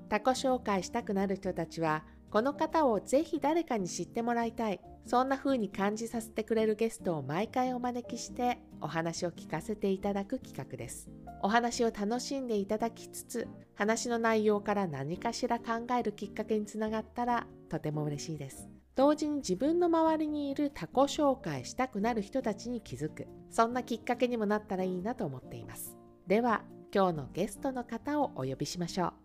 他己紹介したくなる人たちは、この方をぜひ誰かに知ってもらいたい、そんな風に感じさせてくれるゲストを毎回お招きしてお話を聞かせていただく企画です。お話を楽しんでいただきつつ、話の内容から何かしら考えるきっかけにつながったらとても嬉しいです。同時に自分の周りにいる他己紹介したくなる人たちに気づく、そんなきっかけにもなったらいいなと思っています。では今日のゲストの方をお呼びしましょう。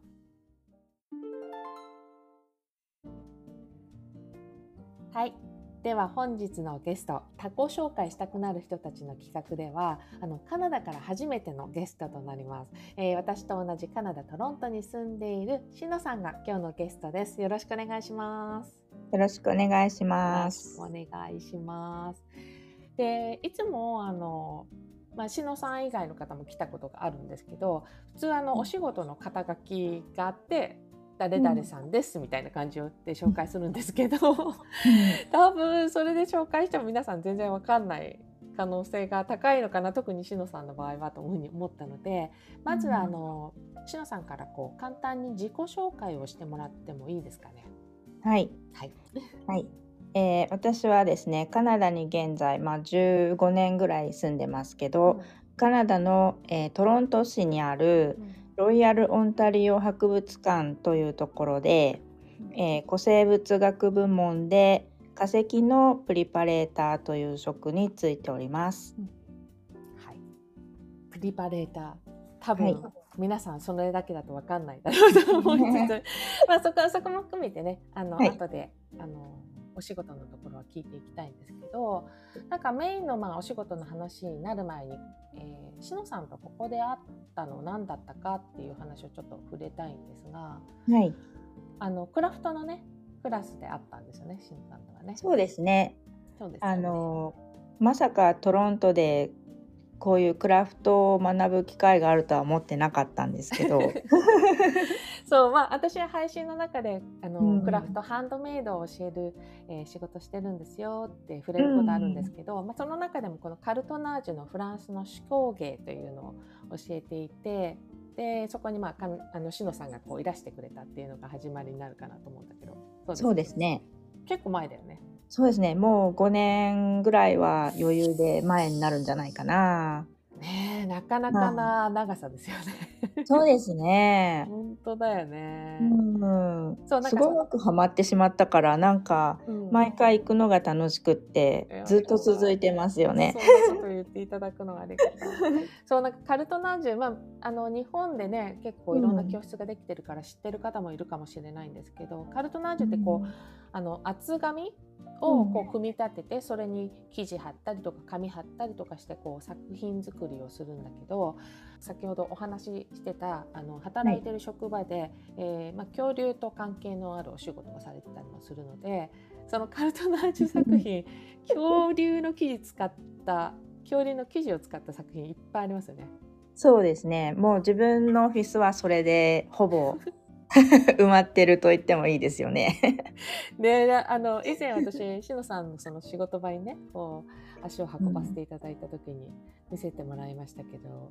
はい、では本日のゲスト、他己紹介したくなる人たちの企画ではカナダから初めてのゲストとなります。私と同じカナダ・トロントに住んでいるしのさんが今日のゲストです。よろしくお願いします。 よろしくお願いします。 お願いします。で、いつもしのさん以外の方も来たことがあるんですけど、普通お仕事の肩書きがあって誰々さんですみたいな感じで紹介するんですけど、多分それで紹介しても皆さん全然わかんない可能性が高いのかな、特にしのさんの場合はというふうに思ったので、まずはしのさんから簡単に自己紹介をしてもらってもいいですかね。 はい、 はいはい。私はですね、カナダに現在、15年ぐらい住んでますけど、カナダの、トロント市にあるロイヤルオンタリオ博物館というところで、古生物学部門で化石のプリパレーターという職に就いております。 はい、プリパレーター、多分、 はい、 皆さんそれだけだと分かんないだろうと思いつつそこも含めてね、後でお仕事のところは聞いていきたいんですけど、なんかメインのお仕事の話になる前に、しのさんとここで会ったの何だったかっていう話をちょっと触れたいんですが、 はい、 クラフトのねクラスで会ったんですよね、しのさんとはね。 そうですね。 そうですよね。 まさかトロントでこういうクラフトを学ぶ機会があるとは思ってなかったんですけどそう、私は配信の中でクラフトハンドメイドを教える、仕事してるんですよって触れることあるんですけど、その中でもこのカルトナージュのフランスの手工芸というのを教えていて、でそこにしのさんがいらしてくれたっていうのが始まりになるかなと思うんだけど。 そうですね。 結構前だよね。 そうですね。もう5年ぐらいは余裕で前になるんじゃないかな。 ねえ、なかなかな長さですよね。 そうですね。 本当だよね。 そう、すごくハマってしまったから、なんか、毎回行くのが楽しくってずっと続いてますよね。 そんなこと言っていただくのはありがたい。そう、なんかカルトナージュ、日本でね結構いろんな教室ができてるから知ってる方もいるかもしれないんですけど、カルトナージュって厚紙を組み立てて、それに生地貼ったりとか紙貼ったりとかして作品作りをするんだけど、先ほどお話ししてた働いてる職場で、恐竜と関係のあるお仕事をされてたりもするので、そのカルトナージュ作品恐竜の生地を使った作品いっぱいありますよね。 そうですね。もう自分のオフィスはそれでほぼ埋まってると言ってもいいですよね。 で、以前私しのさんのその仕事場にね足を運ばせていただいた時に見せてもらいましたけど、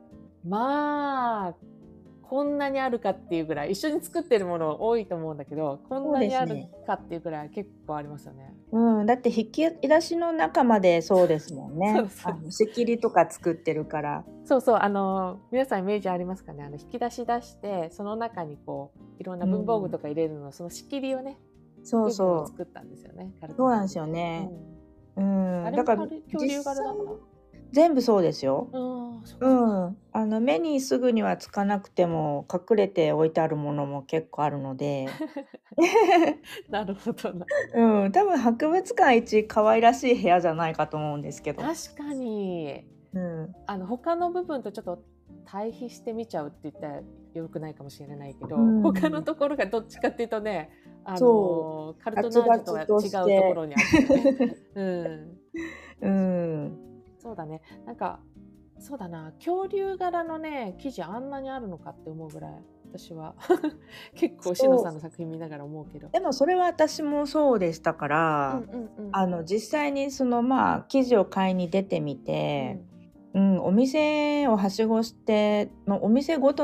こんなにあるかっていうぐらい、一緒に作ってるもの多いと思うんだけど、こんなにあるかっていうぐらい結構ありますよね。 だって引き出しの中までそうですもんね。仕切りとか作ってるから。 そうそう、皆さんイメージありますかね。引き出し出してその中にいろんな文房具とか入れるの、その仕切りをね、 そうそう作ったんですよね。 そうなんですよね。 だから恐竜柄だから全部そうですよ。目にすぐにはつかなくても隠れて置いてあるものも結構あるのでなるほどな。 多分博物館一可愛らしい部屋じゃないかと思うんですけど。 確かに、他の部分とちょっと対比して見ちゃうって言ったらよくないかもしれないけど、他のところがどっちかっていうとね、カルトナージュとは違うところにあるよね。そうだね。なんかそうだな、恐竜柄のね生地あんなにあるのかって思うぐらい、私は結構しのさんの作品見ながら思うけど。 でもそれは私もそうでしたから、実際にその生地を買いに出てみて、お店をはしごしてお店ごとに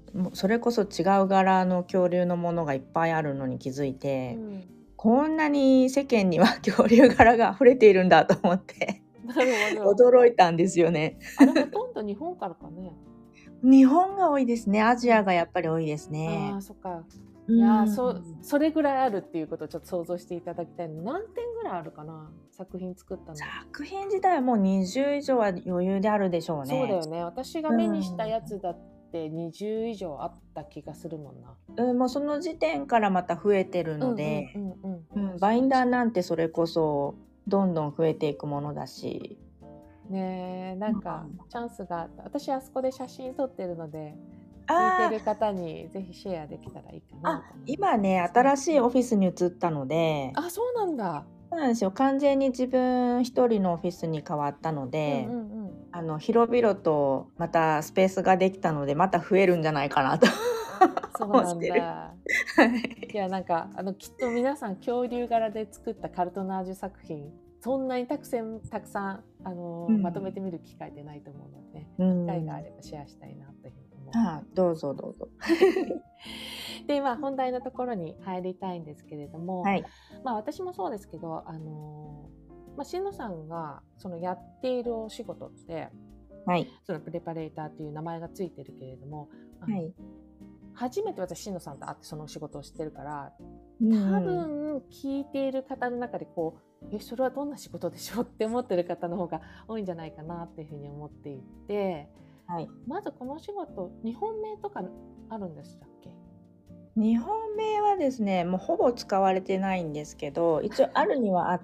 もうそれこそ違う柄の恐竜のものがいっぱいあるのに気づいて、こんなに世間には恐竜柄が溢れているんだと思ってなるほど。 驚いたんですよね。 あれほとんど日本からかね。 日本が多いですね。アジアがやっぱり多いですね。 ああ、そっか。 ういやん。 それぐらいあるっていうことをちょっと想像していただきたいの。何点ぐらいあるかな、作品作ったの。 作品自体はもう20以上は余裕であるでしょうね。 そうだよね。私が目にしたやつだって20以上あった気がするもんな。 もうその時点からまた増えてるので、バインダーなんてそれこそどんどん増えていくものだし。 ねえ、なんかチャンスが、私あそこで写真撮ってるので、聞あいてる方にぜひシェアできたらいいかなと思います。 今ね、新しいオフィスに移ったので、 あ、そうなんだ。 そうなんですよ。完全に自分一人のオフィスに変わったので、広々とまたスペースができたので、また増えるんじゃないかなとそうなん思ってる。 だ。いや、なんかきっと皆さん恐竜柄で作ったカルトナージュ作品、そんなにたくさんまとめてみる機会ってないと思うので、機会があればシェアしたいなというふうに思います。 どうぞどうぞ。 で、本題のところに入りたいんですけれども、私もそうですけど、しのさんがそのやっているお仕事って、そのプレパレーターという名前がついてるけれども、初めて私しのさんと会ってそのお仕事をしてるから、多分聞いている方の中でそれはどんな仕事でしょうって思ってる方の方が多いんじゃないかなっていうふうに思っていて、まずこのお仕事、日本名とかあるんでしたっけ？ 日本名はですね、もうほぼ使われてないんですけど、一応あるにはあって、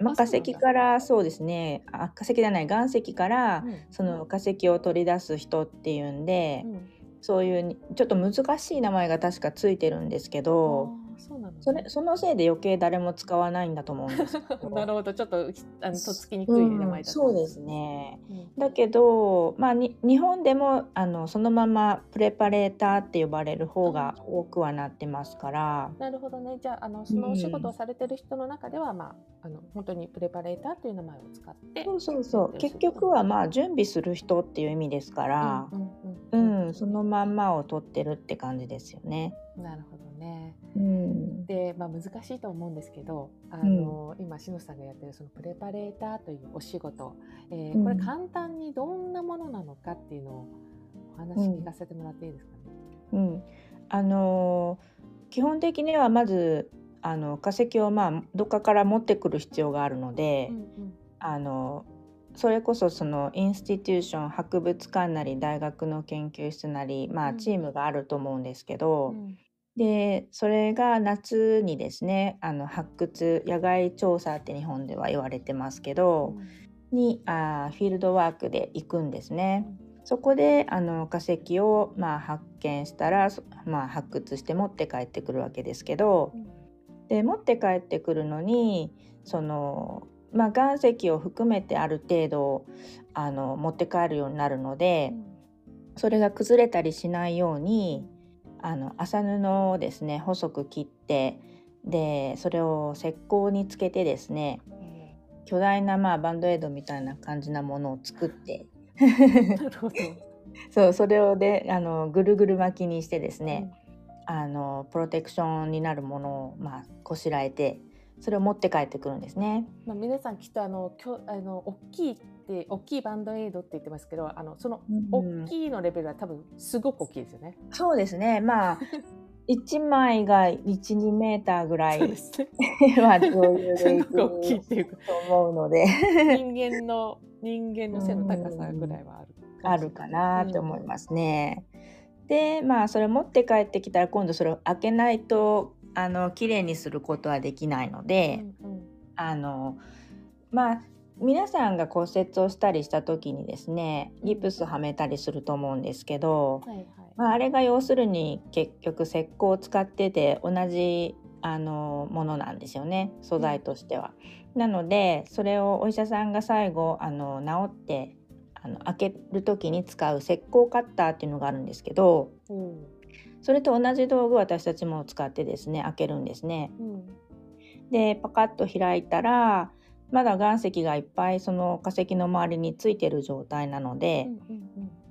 化石からそうですね、化石じゃない、岩石から、その化石を取り出す人っていうんで、そういうちょっと難しい名前が確かついてるんですけど、そのせいで余計誰も使わないんだと思うんですけど。 なるほど、ちょっととっつきにくい名前だったんです。 そうですね。だけど、日本でもそのままプレパレーターって呼ばれる方が多くはなってますから。 なるほどね。じゃあそのお仕事をされてる人の中では、本当にプレパレーターという名前を使って。 そう結局は準備する人っていう意味ですから、そのまんまを取ってるって感じですよね。 なるほどね。で、難しいと思うんですけど、今しのさんがやってるそのプレパレーターというお仕事、これ簡単にどんなものなのかっていうのをお話聞かせてもらっていいですかね。 基本的にはまず化石をどっかから持ってくる必要があるので、それこそそのインスティテューション、博物館なり大学の研究室なり、チームがあると思うんですけど、でそれが夏にですね、発掘野外調査って日本では言われてますけど、にフィールドワークで行くんですね。そこで化石を発見したら、発掘して持って帰ってくるわけですけど、で持って帰ってくるのにその、岩石を含めてある程度持って帰るようになるので、それが崩れたりしないように麻布をですね細く切って、でそれを石膏につけてですね、巨大なバンドエイドみたいな感じなものを作ってなるほど。 それをぐるぐる巻きにしてですね、プロテクションになるものをこしらえて、それを持って帰ってくるんですね。 皆さんきっと大きいバンドエイドって言ってますけど、その大きいのレベルは多分すごく大きいですよね。 そうですね。1枚が 1,2 メーターぐらいは余裕でいくと思うので人間の背の高さぐらいはあるかなと思いますね。でそれ持って帰ってきたら今度それを開けないときれいにすることはできないので、皆さんが骨折をしたりした時にですね、ギプスはめたりすると思うんですけど、あれが要するに結局石膏を使ってて同じものなんですよね、素材としては。なのでそれをお医者さんが最後治って開ける時に使う石膏カッターっていうのがあるんですけど、それと同じ道具を私たちも使ってですね開けるんですね。でパカッと開いたらまだ岩石がいっぱいその化石の周りについてる状態なので、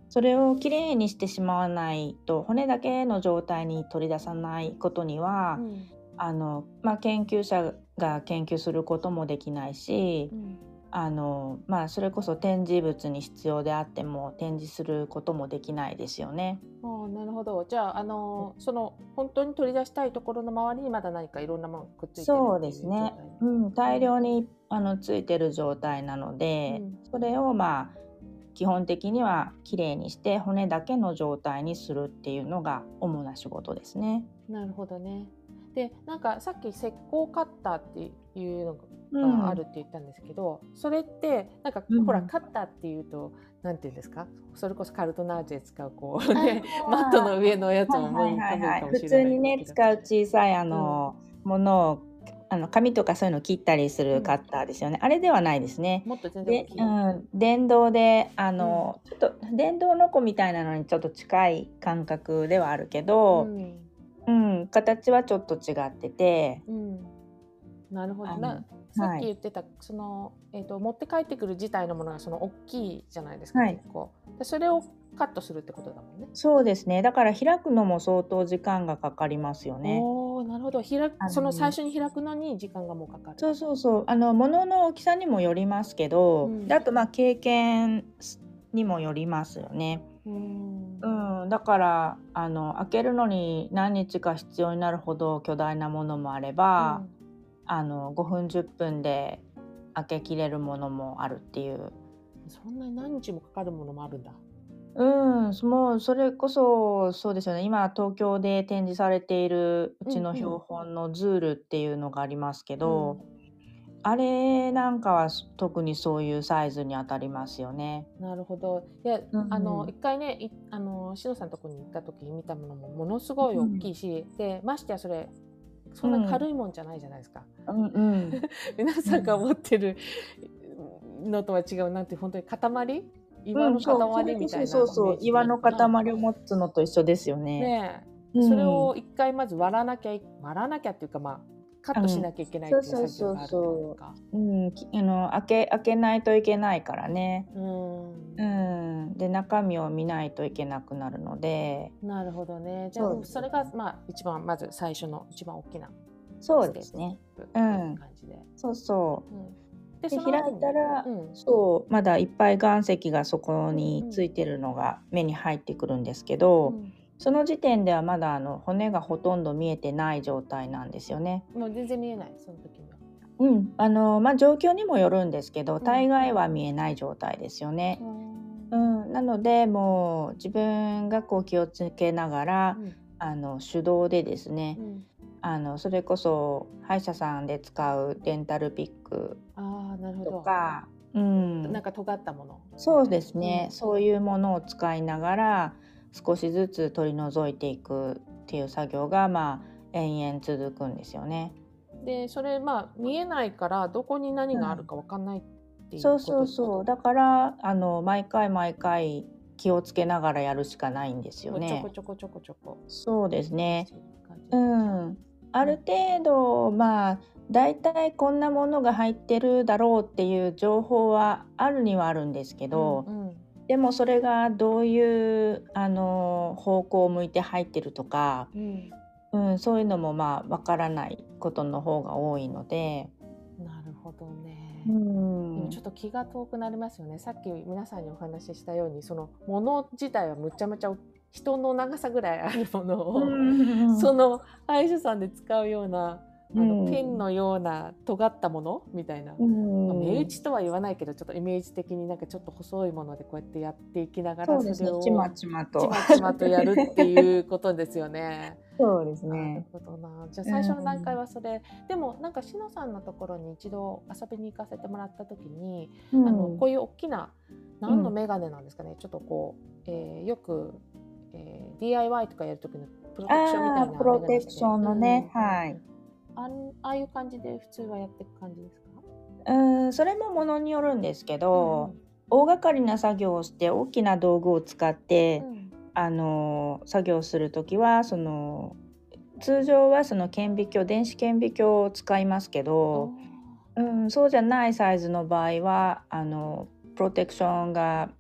それをきれいにしてしまわないと、骨だけの状態に取り出さないことには、研究者が研究することもできないし、それこそ展示物に必要であっても展示することもできないですよね。 なるほど。じゃあ、その本当に取り出したいところの周りにまだ何かいろんなものがくっついてるっていう状態。 そうですね。大量についてる状態なので、それを基本的にはきれいにして骨だけの状態にするっていうのが主な仕事ですね。 なるほどね。で、なんかさっき石膏カッターっていうのがあるって言ったんですけど、それってなんか、ほらカッターっていうとなんていうんですか、それこそカルトナージュで使うこうねマットの上のやつを思い浮かべるかもしれない普通にね使う小さいものを紙とかそういうのを切ったりするカッターですよね。あれではないですね。 もっと全然大きい。 電動でちょっと電動のこみたいなのにちょっと近い感覚ではあるけど、形はちょっと違ってて、 なるほど。さっき言ってたその、持って帰ってくる自体のものがその大きいじゃないですか、結構。それをカットするってことだもんね。 そうですね。だから開くのも相当時間がかかりますよね。 なるほど。その最初に開くのに時間がもうかかる。 そう。物の大きさにもよりますけど、あと経験にもよりますよね。だから開けるのに何日か必要になるほど巨大なものもあれば、5分10分で開けきれるものもあるっていう。 そんなに何日もかかるものもあるんだ。 もうそれこそそうですよね。今東京で展示されているうちの標本のズールっていうのがありますけど、あれなんかは特にそういうサイズに当たりますよね。 なるほど。いや、一回ね、しのさんのとこに行った時に見たものもものすごい大きいし、でましてやそれそんな軽いもんじゃないじゃないですか。皆さんが持ってるのとは違う、なんて本当に塊、岩の塊みたいな、 そう岩の塊を持つのと一緒ですよね。 それを一回まず割らなきゃっていうか、カットしなきゃいけないっていう作業があるってことか。 開けないといけないからね。で中身を見ないといけなくなるので。 なるほどね。じゃあそれが一番まず最初の一番大きなそうですね。 感じで。 で開いたら、まだいっぱい岩石がそこについてるのが目に入ってくるんですけど、その時点ではまだ骨がほとんど見えてない状態なんですよね。 もう全然見えない、その時には。状況にもよるんですけど、大概は見えない状態ですよね。なのでもう自分が気をつけながら、手動でですね、それこそ歯医者さんで使うデンタルピックとか、 なんか尖ったもの。 そうですね、そういうものを使いながら少しずつ取り除いていくっていう作業が延々続くんですよね。 でそれ見えないからどこに何があるか分かんないっていうこと。 そうだから毎回気をつけながらやるしかないんですよね。 ちょこ。 そうですね。ある程度だいたいこんなものが入ってるだろうっていう情報はあるにはあるんですけど、でもそれがどういう方向を向いて入ってるとか、そういうのもわからないことの方が多いので。 なるほどね。でもちょっと気が遠くなりますよね。さっき皆さんにお話ししたように、そのもの自体はむちゃむちゃ人の長さぐらいあるものを、その歯医者さんで使うようなペンのような尖ったものみたいな、目打ちとは言わないけどちょっとイメージ的になんかちょっと細いものでこうやってやっていきながら、それをちまちまとやるっていうことですよね。 そうですね。 なるほどな。じゃあ最初の段階はそれ、でもなんかしのさんのところに一度遊びに行かせてもらった時に、こういう大きな何のメガネなんですかね、ちょっとよく、DIY とかやる時のプロテクションみたいなメガネして、 プロテクションのね、 ああいう感じで普通はやっていく感じですか？ それもものによるんですけど、大掛かりな作業をして大きな道具を使って、作業するときは通常は電子顕微鏡を使いますけど、そうじゃないサイズの場合はプロテクションが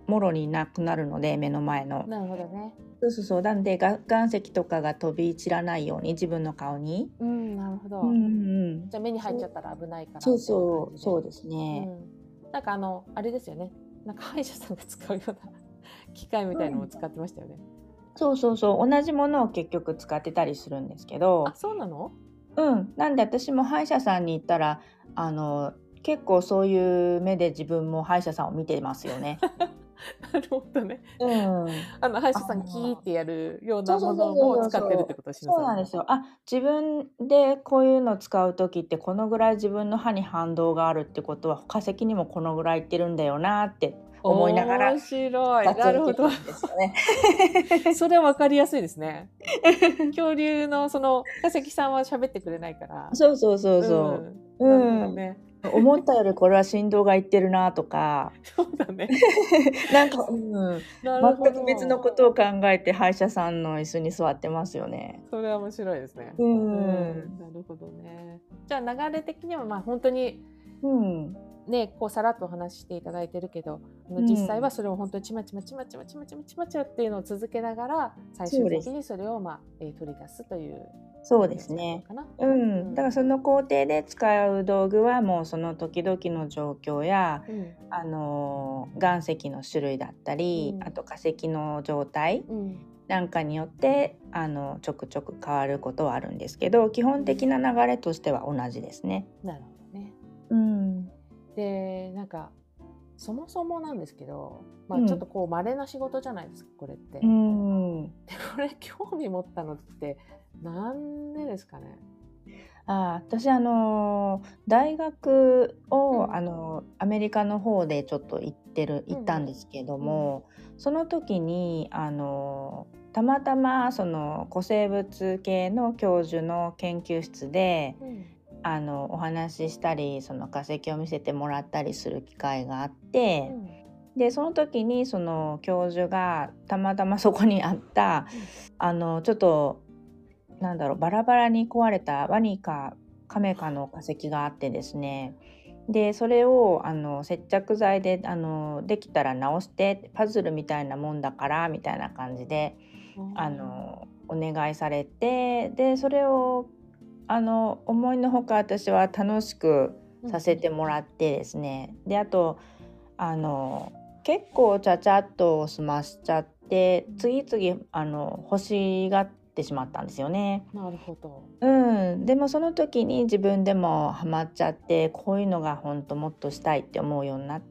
もろになくなるので、目の前の。 なるほどね。 そうそうそう。なんで岩石とかが飛び散らないように自分の顔に。 うん、なるほど。 うんうんじゃあ目に入っちゃそうったら危ないからそうみたいな感じで。 そうですね。 なんかあれですよね。なんか歯医者さんが使うような機械みたいのも使ってましたよね。 そうそうそう。同じものを結局使ってたりするんですけど。 あ、そうなの？ なんで私も歯医者さんに行ったら結構そういう目で自分も歯医者さんを見てますよね。 なるほどね。 うん歯医者さんキーってやるようなもそうそうそうのもそう使ってるってことしなそうさん。 なんですよ。自分でこういうの使う時ってこのぐらい自分の歯に反動があるってことは化石にもこのぐらいいってるんだよなって思いながら面白い。 使ってなるほど。 るんですよね。 それは分かりやすいですね。恐竜のその化石さんは喋ってくれないから。 そうそうそうそう。 なるほどね。 思ったよりこれは振動がいってるなとかそうだね。 なんか、 なるほど。 全く別のことを考えて歯医者さんの椅子に座ってますよね。 それは面白いですね。なるほどね。じゃあ流れ的にはまあ本当にね、こうさらっとお話ししていただいてるけど、実際はそれを本当にちまちまちまちまちまちまちまちまっていうのを続けながら最終的にそれを取り出すという。 そうですね。だからその工程で使う道具はもうその時々の状況や、岩石の種類だったり、あと化石の状態なんかによってちょくちょく変わることはあるんですけど、基本的な流れとしては同じですね。 なるほどね。でなんかそもそもなんですけど、ちょっとこう稀な仕事じゃないですかこれって。でこれ興味持ったのってなんでですかね？ 私大学を、アメリカの方でちょっと行ったんですけども、その時にたまたまその古生物系の教授の研究室で、お話ししたりその化石を見せてもらったりする機会があって、でその時にその教授がたまたまそこにあった、ちょっとバラバラに壊れたワニかカメかの化石があってですね、でそれを接着剤でできたら直してパズルみたいなもんだからみたいな感じでお願いされて、でそれを思いのほか私は楽しくさせてもらってですね、であと結構ちゃちゃっと済ましちゃって次々欲しがってしまったんですよね。 なるほど。 でもその時に自分でもハマっちゃって、こういうのが本当もっとしたいって思うようになって、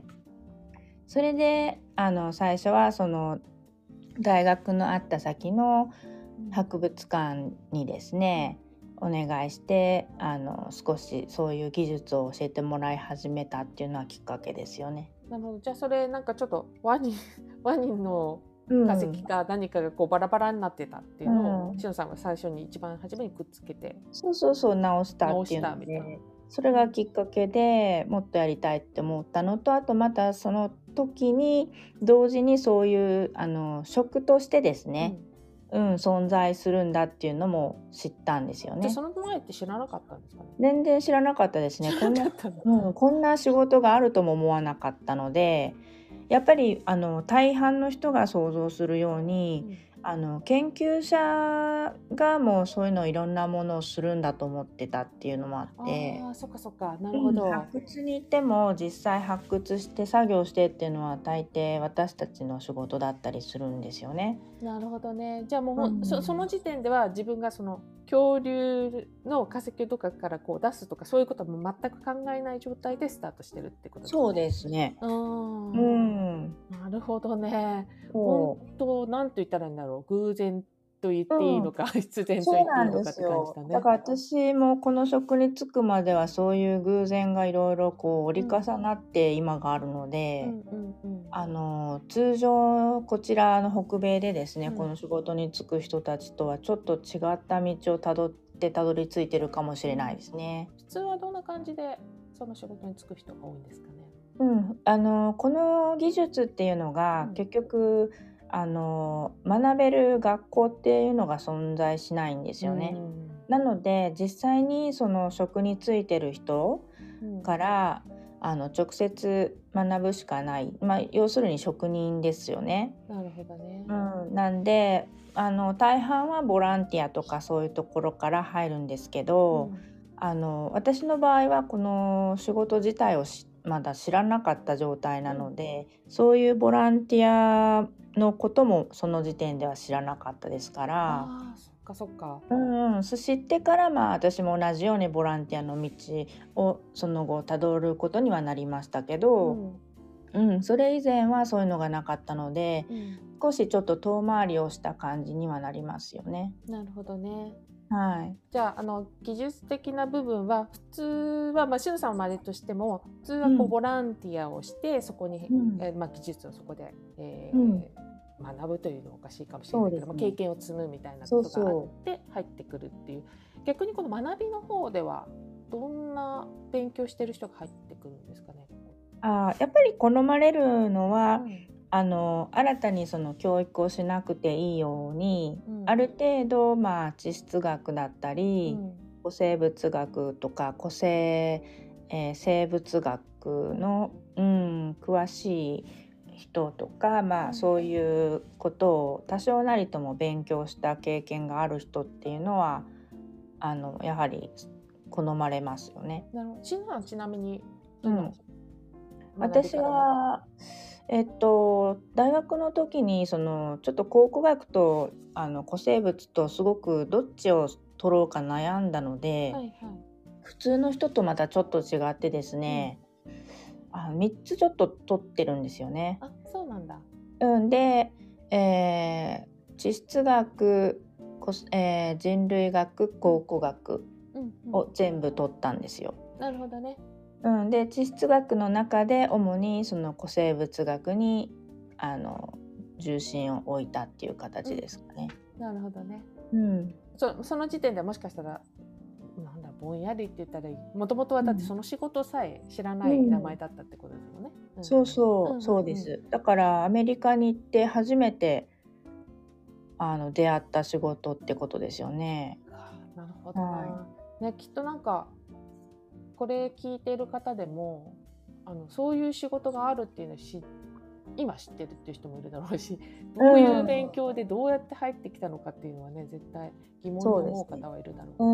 それで最初はその大学のあった先の博物館にですねお願いして少しそういう技術を教えてもらい始めたっていうのはきっかけですよね。 なるほど。じゃあそれなんかちょっとワニの化石か何かがこうバラバラになってたっていうのを、しのさんが最初に一番初めにくっつけてそう直したっていうので、それがきっかけでもっとやりたいって思ったのと、あとまたその時に同時にそういう職としてですね、存在するんだっていうのも知ったんですよね。 じゃあその前って知らなかったんですかね？ 全然知らなかったですね。こんな仕事があるとも思わなかったので、やっぱり大半の人が想像するように、研究者がもうそういうのいろんなものをするんだと思ってたっていうのもあって、 そっかそっか、なるほど。 発掘に行っても実際発掘して作業してっていうのは大抵私たちの仕事だったりするんですよね。 なるほどね。じゃあもう、その時点では自分がその恐竜の化石とかからこう出すとかそういうことはもう全く考えない状態でスタートしてるってことですか？ そうですね。 なるほどね。本当なんと言ったらいいんだろう。偶然と言っていいのか、必然と言っていいのかって感じだね。 だから私もこの職に就くまではそういう偶然がいろいろこう折り重なって今があるので、通常こちらの北米でですね、この仕事に就く人たちとはちょっと違った道をたどってたどり着いてるかもしれないですね。 普通はどんな感じでその仕事に就く人が多いんですかね？ この技術っていうのが結局学べる学校っていうのが存在しないんですよね。なので実際にその職に就いてる人から直接学ぶしかない、要するに職人ですよね。 なるほどね。 なんで大半はボランティアとかそういうところから入るんですけど、私の場合はこの仕事自体をまだ知らなかった状態なので、そういうボランティアのこともその時点では知らなかったですから。 そっかそっか。 知ってから私も同じようにボランティアの道をその後たどることにはなりましたけど、それ以前はそういうのがなかったので、少しちょっと遠回りをした感じにはなりますよね。 なるほどね。 はい。 じゃあ技術的な部分は普通は、しのさんはあれとしても普通はボランティアをしてそこに、技術をそこで、学ぶというのはおかしいかもしれないけど、経験を積むみたいなことがあって入ってくるっていう。逆にこの学びの方ではどんな勉強してる人が入ってくるんですかね。 やっぱり好まれるのは、新たにその教育をしなくていいように、ある程度地質学だったり、古生物学とか生物学の、詳しい人とか、そういうことを多少なりとも勉強した経験がある人っていうのはやはり好まれますよね。 ちなみに、 私は大学の時にちょっと考古学と古生物とすごくどっちを取ろうか悩んだので、普通の人とまたちょっと違ってですね、3つちょっと取ってるんですよね。 そうなんだ。 で、地質学、人類学、考古学を全部取ったんですよ。 なるほどね。 で地質学の中で主にその古生物学に重心を置いたっていう形ですかね。 なるほどね。その時点でもしかしたらぼんやりって言ったらもともとはだってその仕事さえ知らない名前だったってことですよね。 そうです。だからアメリカに行って初めて出会った仕事ってことですよね。 なるほどな。きっとこれ聞いている方でもそういう仕事があるっていうのを今知ってるっていう人もいるだろうし、どういう勉強でどうやって入ってきたのかっていうのはね、絶対疑問に思う方はいるだろうから。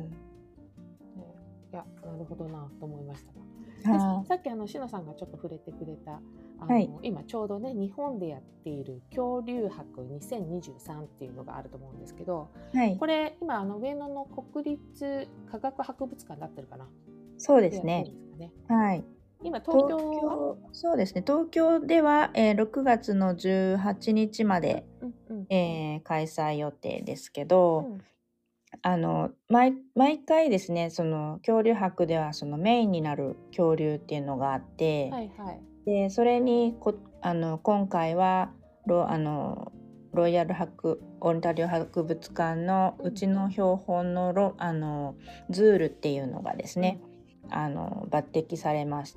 いや、なるほどなと思いましたが、さっきしのさんがちょっと触れてくれた今ちょうどね日本でやっている恐竜博2023っていうのがあると思うんですけど、これ今上野の国立科学博物館になってるかな。 そうですね。 今東京そうですね。東京では、6月の18日まで、開催予定ですけど、毎回ですね、その恐竜博ではそのメインになる恐竜っていうのがあって、でそれに今回はロイヤルオンタリオ博物館のうちの標本のズールっていうのがですね、抜擢されまして、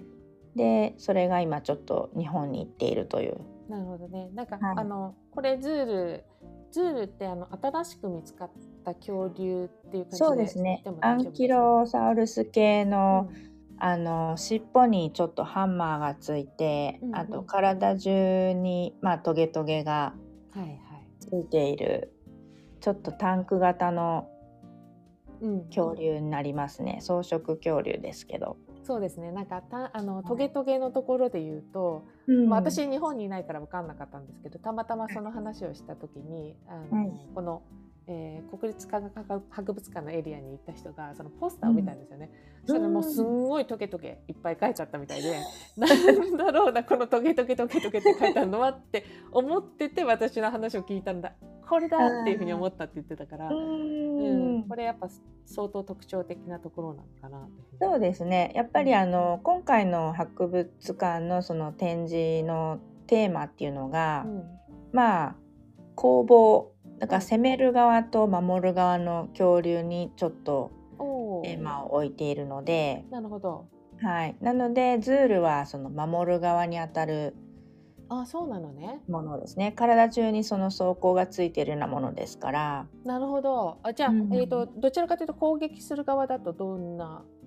でそれが今ちょっと日本に行っているという。 なるほどね。これズールって新しく見つかった恐竜っていう感じで。 そうですね。アンキロサウルス系の、尻尾にちょっとハンマーがついて、あと体中にトゲトゲがついている、ちょっとタンク型の恐竜になりますね。草食恐竜ですけど。 そうですね。トゲトゲのところで言うと、私日本にいないから分かんなかったんですけど、たまたまその話をした時にこの、国立科学博物館のエリアに行った人がそのポスターを見たんですよね。それもうすんごいトゲトゲいっぱい書いちゃったみたいで、なんだろうなこのトゲトゲトゲトゲって書いてあるのはって思ってて、私の話を聞いたんだ、これだっていうふうに思ったって言ってたから、これやっぱ相当特徴的なところなのかな。 そうですね。やっぱり今回の博物館のその展示のテーマっていうのが、攻防だから攻める側と守る側の恐竜にちょっとテーマを置いているので。 なるほど。 なのでズールはその守る側にあたるそうなのね。 ものですね。体中にその装甲がついているようなものですから。 なるほど。じゃあ、どちらかというと攻撃する側だとどんな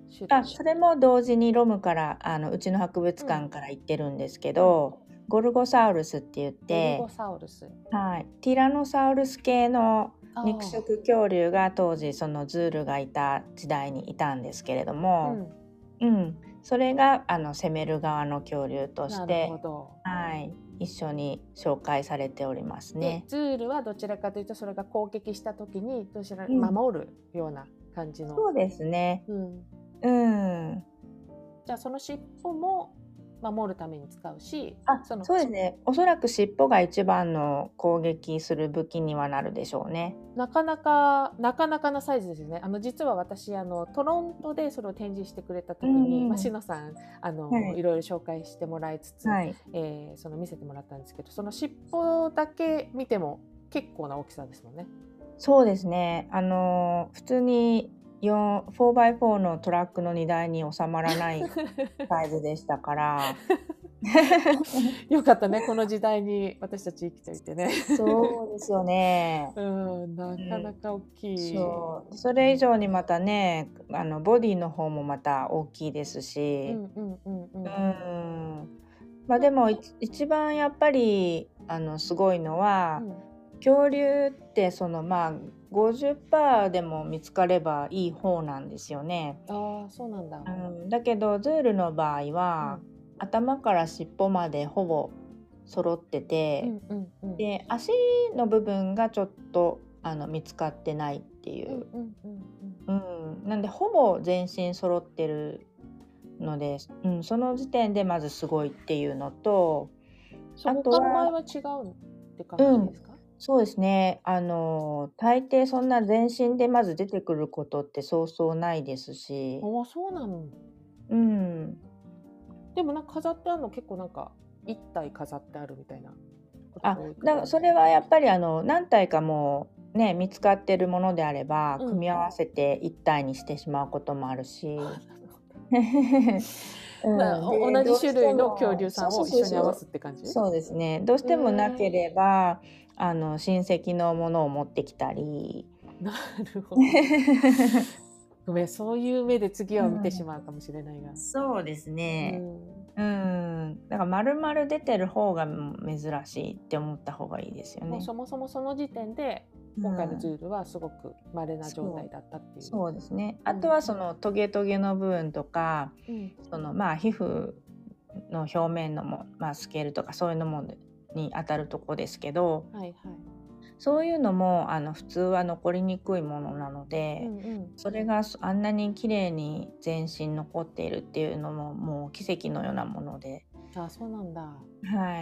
種類。 それも同時にロムからうちの博物館から行ってるんですけど、ゴルゴサウルスって言っゴルて、 ゴサウルス。 はい、ティラノサウルス系のあ肉食恐竜が当時そのズールがいた時代にいたんですけれども、それが攻める側の恐竜としなるてほ、ど。 はい、一緒に紹介されておりますでね。 ズールはどちらかというとそれが攻撃した時にどちらうん守るような感じの。 そうですね。 うん、 うん。 じゃあその尻尾も守るために使うし、 そうですね。おそらく尻尾が一番の攻撃する武器にはなるでしょうね。 なかなかなサイズですよね。実は私トロントでそれを展示してくれた時に、しのさんいろいろ紹介してもらいつつ、その見せてもらったんですけど、その尻尾だけ見ても結構な大きさですもんね。 そうですね。普通に4x4 のトラックの荷台に収まらないサイズでしたから。 よかったね、この時代に私たち生きていてね。 そうですよね。 なかなか大きい。 それ以上にまたね、ボディの方もまた大きいですし。でも一番やっぱりすごいのは、恐竜って50% でも見つかればいい方なんですよね。 そうなんだ。 だけどズールの場合は、頭から尻尾までほぼ揃ってて、で足の部分がちょっと見つかってないっていう。なんでほぼ全身揃ってるので、その時点でまずすごいっていうのと、 他の場合は違うって感じですか？ そうですね。大抵そんな全身でまず出てくることってそうそうないですし。 そうなの。でも飾ってあるの結構一体飾ってあるみたいな。 それはやっぱり何体かもね見つかってるものであれば、組み合わせて一体にしてしまうこともあるし。 同じ種類の恐竜さんを一緒に合わすって感じ？ そうですね。どうしてもなければ親戚のものを持ってきたり。 なるほど。ごめん、そういう目で次は見てしまうかもしれないが。 そうですね。だから丸々出てる方が珍しいって思った方がいいですよね。 そもそもその時点で今回のズールはすごく稀な状態だったっていう。 そうですね。あとはそのトゲトゲの部分とか、その皮膚の表面のスケールとかそういうのもに当たるとこですけど、そういうのも普通は残りにくいものなので、それがあんなに綺麗に全身残っているっていうのももう奇跡のようなもので。 そうなんだ。 はい。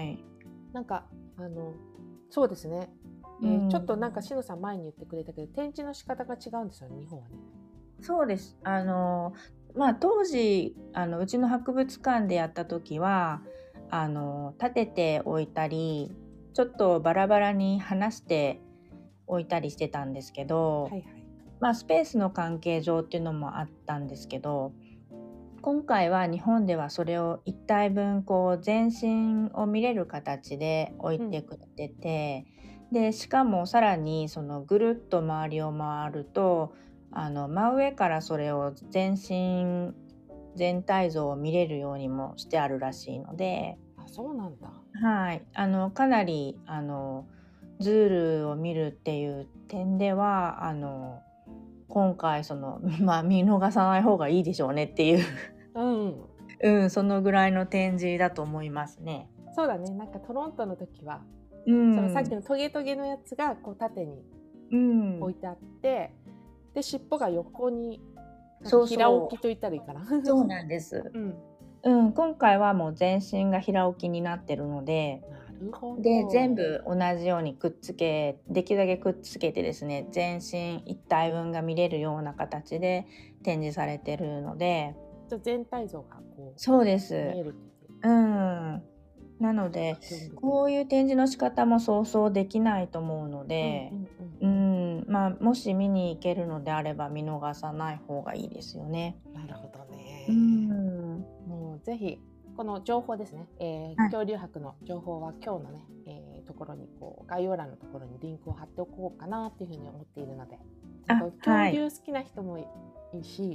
そうですね。ちょっとしのさん前に言ってくれたけど、展示の仕方が違うんですよね、日本はね。 そうです。当時うちの博物館でやった時は立てておいたりちょっとバラバラに離しておいたりしてたんですけど、スペースの関係上っていうのもあったんですけど、今回は日本ではそれを一体分全身を見れる形で置いてくれてて、でしかもさらにそのぐるっと周りを回ると真上からそれを全身全体像を見れるようにもしてあるらしいので。 そうなんだ。 はい、かなりズールを見るっていう点では今回その見逃さない方がいいでしょうねっていうそのぐらいの展示だと思いますね。 そうだね。トロントの時は、そのさっきのトゲトゲのやつが縦に置いてあって、で尻尾が横に平置きと言ったらいいかな。 そうなんです。今回はもう全身が平置きになってるので、で全部同じようにできるだけくっつけてですね、全身一体分が見れるような形で展示されてるので、 全体像がそうです。 見える。 なのでこういう展示の仕方もそうそうできないと思うので、もし見に行けるのであれば見逃さない方がいいですよね。 なるほどね。もうぜひこの情報ですね、恐竜博の情報は今日のね、ところに概要欄のところにリンクを貼っておこうかなっていうふうに思っているので、恐竜好きな人もいいし、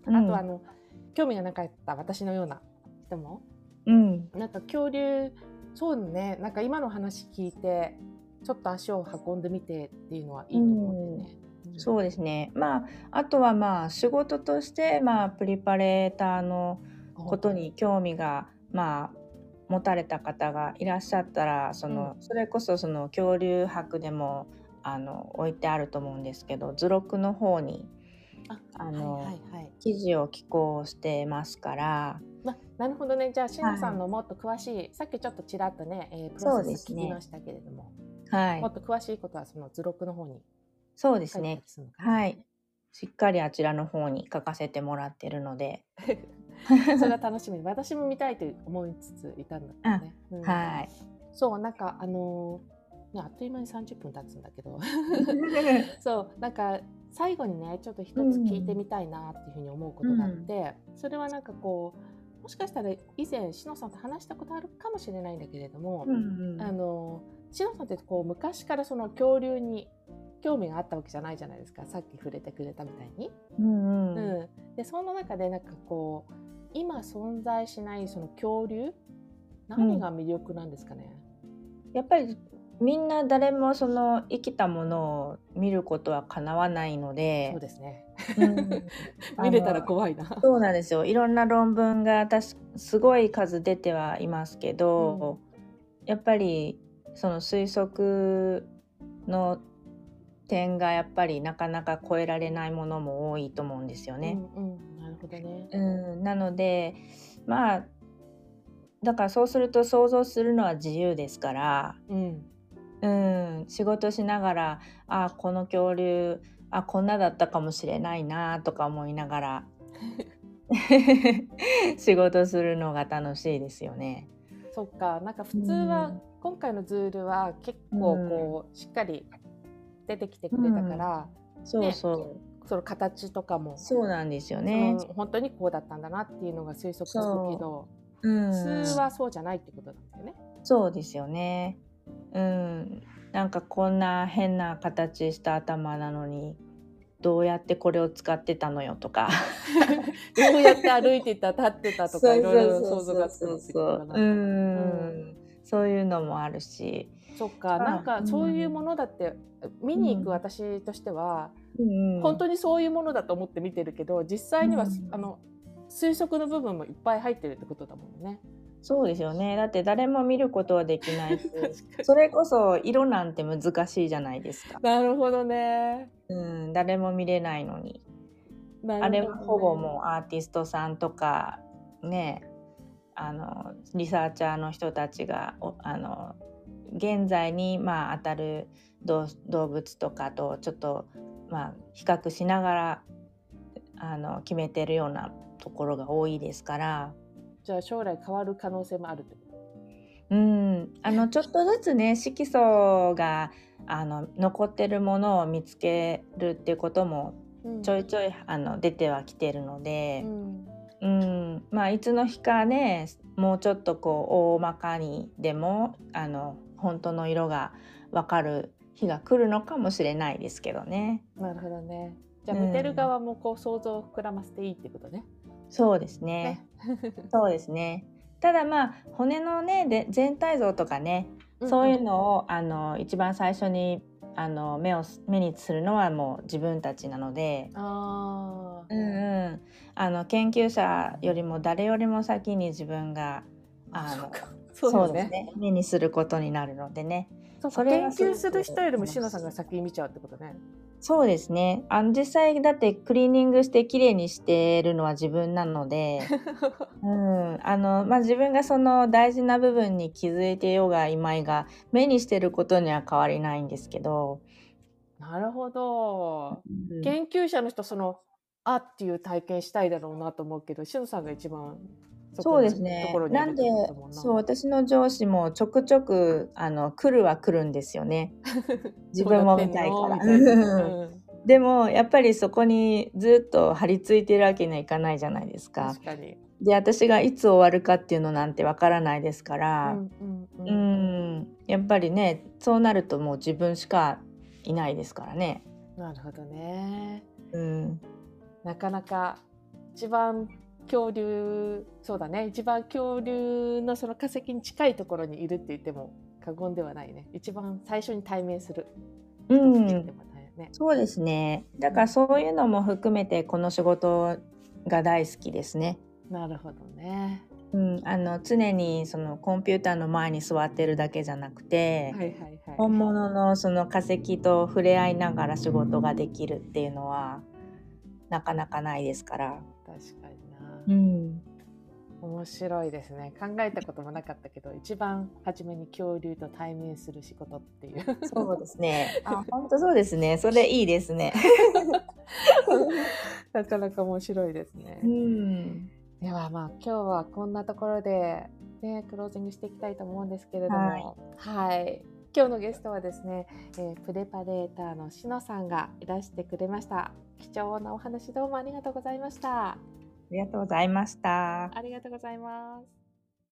あと興味がなかった私のような人も、なんか恐竜、そうね、なんか今の話聞いてちょっと足を運んでみてっていうのはいいと思うんだよね。 そうですね。あとは仕事としてプリパレーターのことに興味が持たれた方がいらっしゃったら、それこそその恐竜博でも置いてあると思うんですけど、図録の方に記事を寄稿してますから。 なるほどね。じゃあしのさんのもっと詳しい、さっきちょっとちらっとね、プロセス聞きましたけれども、もっと詳しいことはその図録の方に。 そうですね。はい。しっかりあちらの方に書かせてもらってるのでそれは楽しみ。私も見たいと思いつついたんだけどね。はい。そう、なんかあっという間に30分経つんだけどそうなんか最後にねちょっと一つ聞いてみたいなっていうふうに思うことがあって、それはなんかこうもしかしたら以前しのさんと話したことあるかもしれないんだけれども、しのさんってこう昔からその恐竜に興味があったわけじゃないじゃないですか、さっき触れてくれたみたいに。でその中でなんかこう今存在しないその恐竜、何が魅力なんですかね。 やっぱりみんな誰もその生きたものを見ることはかなわないので。 そうですね。見れたら怖いな。 そうなんですよ。いろんな論文がすごい数出てはいますけど、やっぱりその推測の点がやっぱりなかなか超えられないものも多いと思うんですよね。 なるほどね。 なのでだからそうすると想像するのは自由ですから、仕事しながらこの恐竜こんなだったかもしれないなとか思いながら仕事するのが楽しいですよね。 そっか、なんか普通は今回のズールは結構こうしっかり出てきてくれたから、その形とかもそうなんですよね。 本当にこうだったんだなっていうのが推測するけど、普通はそうじゃないってことなんだよね。 そうですよね。なんかこんな変な形した頭なのにどうやってこれを使ってたのよとかどうやって歩いてた立ってたとかいろいろ想像がつくのってことかな。 そういうのもあるし。 そっか、なんかそういうものだって見に行く私としては、本当にそういうものだと思って見てるけど、実際には推測の部分もいっぱい入ってるってことだもんね。 そうですよね。だって誰も見ることはできないしそれこそ色なんて難しいじゃないですか。 なるほどね。 誰も見れないのに、あれはほぼもうアーティストさんとかね、リサーチャーの人たちが現在に当たる動物とかとちょっと比較しながら決めてるようなところが多いですから。 じゃあ将来変わる可能性もあるってこと？ ちょっとずつね色素が残ってるものを見つけるっていうこともちょいちょい出てはきてるので、いつの日かねもうちょっとこう大まかにでも本当の色が分かる日が来るのかもしれないですけどね。 なるほどね。じゃあ見てる側もこう想像を膨らませていいってことね。 そうですね。そうですね。ただ骨のね全体像とかね、そういうのを一番最初に目にするのはもう自分たちなので、研究者よりも誰よりも先に自分がそうですね目にすることになるのでね。 それ研究する人よりもしのさんが先に見ちゃうってことね。 そうですね。実際だってクリーニングしてきれいにしてるのは自分なので自分がその大事な部分に気づいてようがいまいが目にしてることには変わりないんですけど。 なるほど、研究者の人っていう体験したいだろうなと思うけど、しのさんが一番そうですね。なんで私の上司もちょくちょく来るんですよね。自分も見たいからでもやっぱりそこにずっと張り付いてるわけにはいかないじゃないですか。 確かに。 で私がいつ終わるかっていうのなんてわからないですから、やっぱりねそうなるともう自分しかいないですからね。 なるほどね。なかなか一番恐竜、そうだね、一番恐竜のその化石に近いところにいるって言っても過言ではないね。一番最初に対面するう人って言ってん、 もね。 そうですね。だからそういうのも含めてこの仕事が大好きですね。 なるほどね。 常にそのコンピューターの前に座ってるだけじゃなくて、 はいはいはい。 本物のその化石と触れ合いながら仕事ができるっていうのはなかなかないですから。 確かにな。 うん面白いですね。考えたこともなかったけど、一番初めに恐竜と対面する仕事っていう。 そうですね。本当そうですね。それいいですね。 なかなか面白いですね。ではまあ今日はこんなところで、ね、クロージングしていきたいと思うんですけれども、はい、今日のゲストはですね、プレパレーターのしのさんがいらしてくれました。貴重なお話どうもありがとうございました。 ありがとうございました。 ありがとうございます。